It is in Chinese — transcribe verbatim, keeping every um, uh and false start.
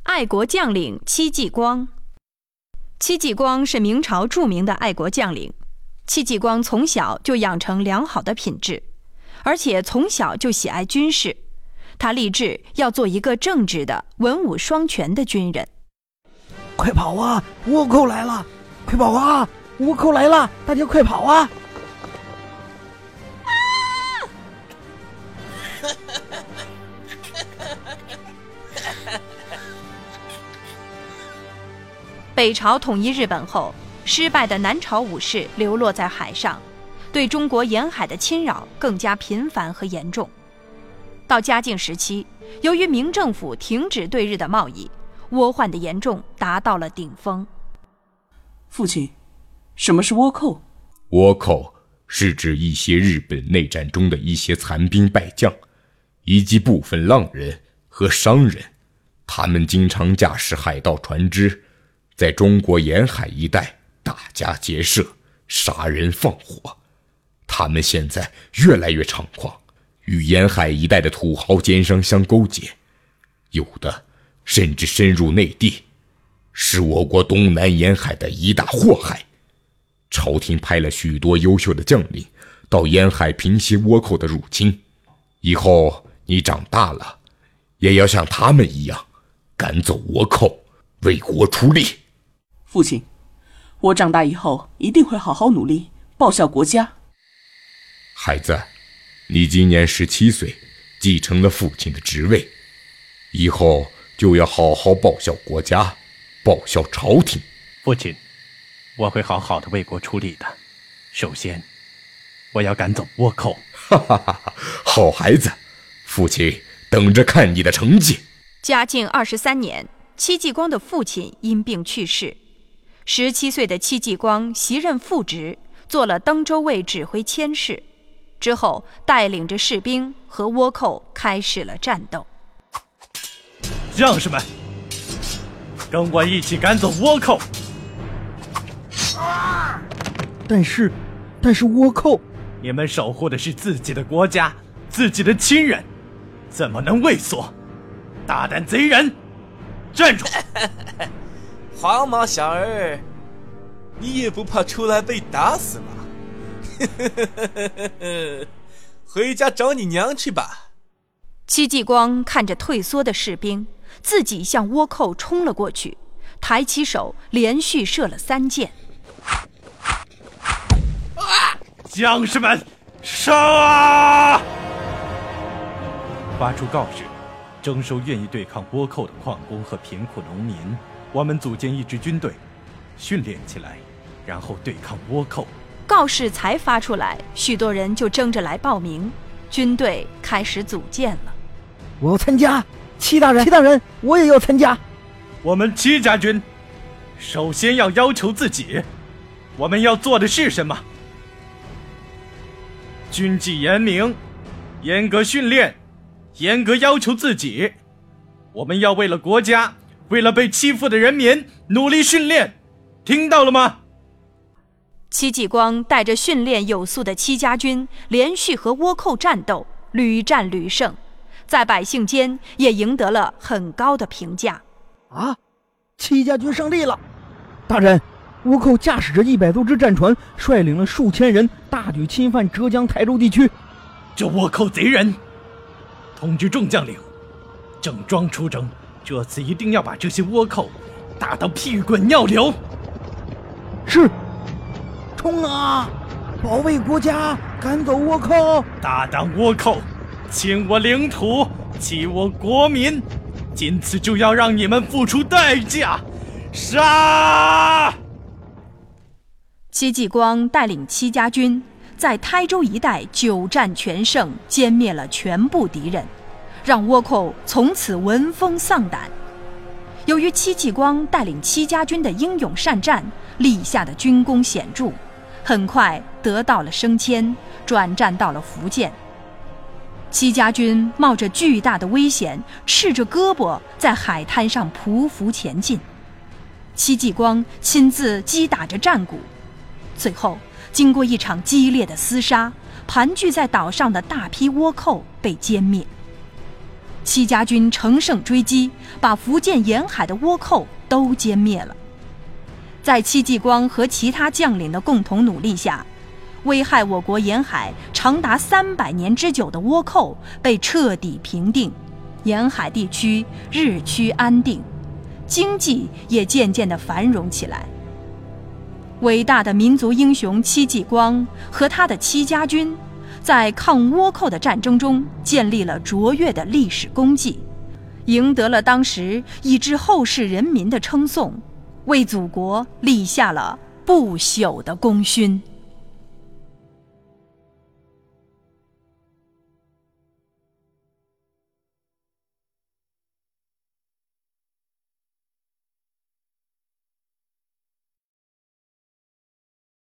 爱国将领戚继光。戚继光是明朝著名的爱国将领。戚继光从小就养成良好的品质，而且从小就喜爱军事。他立志要做一个正直的、文武双全的军人。 快跑啊！倭寇来了！快跑啊！倭寇来了！大家快跑啊！ 北朝统一日本后，失败的南朝武士流落在海上，对中国沿海的侵扰更加频繁和严重。到嘉靖时期，由于明政府停止对日的贸易，倭患的严重达到了顶峰。 父亲，什么是倭寇？ 倭寇是指一些日本内战中的一些残兵败将，以及部分浪人和商人，他们经常驾驶海盗船只，在中国沿海一带打家劫舍，杀人放火。他们现在越来越猖狂，与沿海一带的土豪奸商相勾结，有的甚至深入内地，是我国东南沿海的一大祸害。朝廷派了许多优秀的将领到沿海平息倭寇的入侵，以后你长大了也要像他们一样赶走倭寇，为国出力。 父亲，我长大以后一定会好好努力，报效国家。 孩子，你今年十七岁，继承了父亲的职位，以后就要好好报效国家，报效朝廷。 父亲，我会好好的为国出力的。首先，我要赶走倭寇。 哈哈哈哈！好孩子，父亲等着看你的成绩。 嘉靖二十三年，戚继光的父亲因病去世。十七岁的戚继光袭任副职，做了登州卫指挥佥事。之后，带领着士兵和倭寇开始了战斗。 将士们，跟我一起赶走倭寇！ 但是，但是倭寇， 你们守护的是自己的国家，自己的亲人，怎么能畏缩？大胆贼人，站住！ 黄毛小儿，你也不怕出来被打死吗？回家找你娘去吧。 戚继光看着退缩的士兵，自己向倭寇冲了过去，抬起手连续射了三箭。 将士们，上啊！发出告示，征收愿意对抗倭寇的矿工和贫苦农民。我们组建一支军队，训练起来，然后对抗倭寇。 告示才发出来，许多人就争着来报名，军队开始组建了。 我要参加，戚大人，戚大人，我也要参加。 我们戚家军，首先要要求自己，我们要做的是什么？军纪严明，严格训练，严格要求自己。我们要为了国家，为了被欺负的人民努力训练，听到了吗？ 戚继光带着训练有素的戚家军连续和倭寇战斗，屡战屡胜，在百姓间也赢得了很高的评价。 啊，戚家军胜利了！大人，倭寇驾驶着一百多只战船，率领了数千人，大举侵犯浙江台州地区。 这倭寇贼人，通知众将领，整装出征，这次一定要把这些倭寇打到屁滚尿流。 是。冲啊！保卫国家，赶走倭寇！ 大胆倭寇，侵我领土，欺我国民，今次就要让你们付出代价！杀！ 戚继光带领戚家军在台州一带久战全胜，歼灭了全部敌人，让倭寇从此闻风丧胆。由于戚继光带领戚家军的英勇善战，立下的军功显著，很快得到了升迁，转战到了福建。戚家军冒着巨大的危险，赤着胳膊在海滩上匍匐前进。戚继光亲自击打着战鼓，最后经过一场激烈的厮杀，盘踞在岛上的大批倭寇被歼灭。 戚家军乘胜追击，把福建沿海的倭寇都歼灭了。在戚继光和其他将领的共同努力下，危害我国沿海长达三百年之久的倭寇被彻底平定，沿海地区日趋安定，经济也渐渐地繁荣起来。伟大的民族英雄戚继光和他的戚家军，在抗倭寇的战争中建立了卓越的历史功绩，赢得了当时以至后世人民的称颂，为祖国立下了不朽的功勋。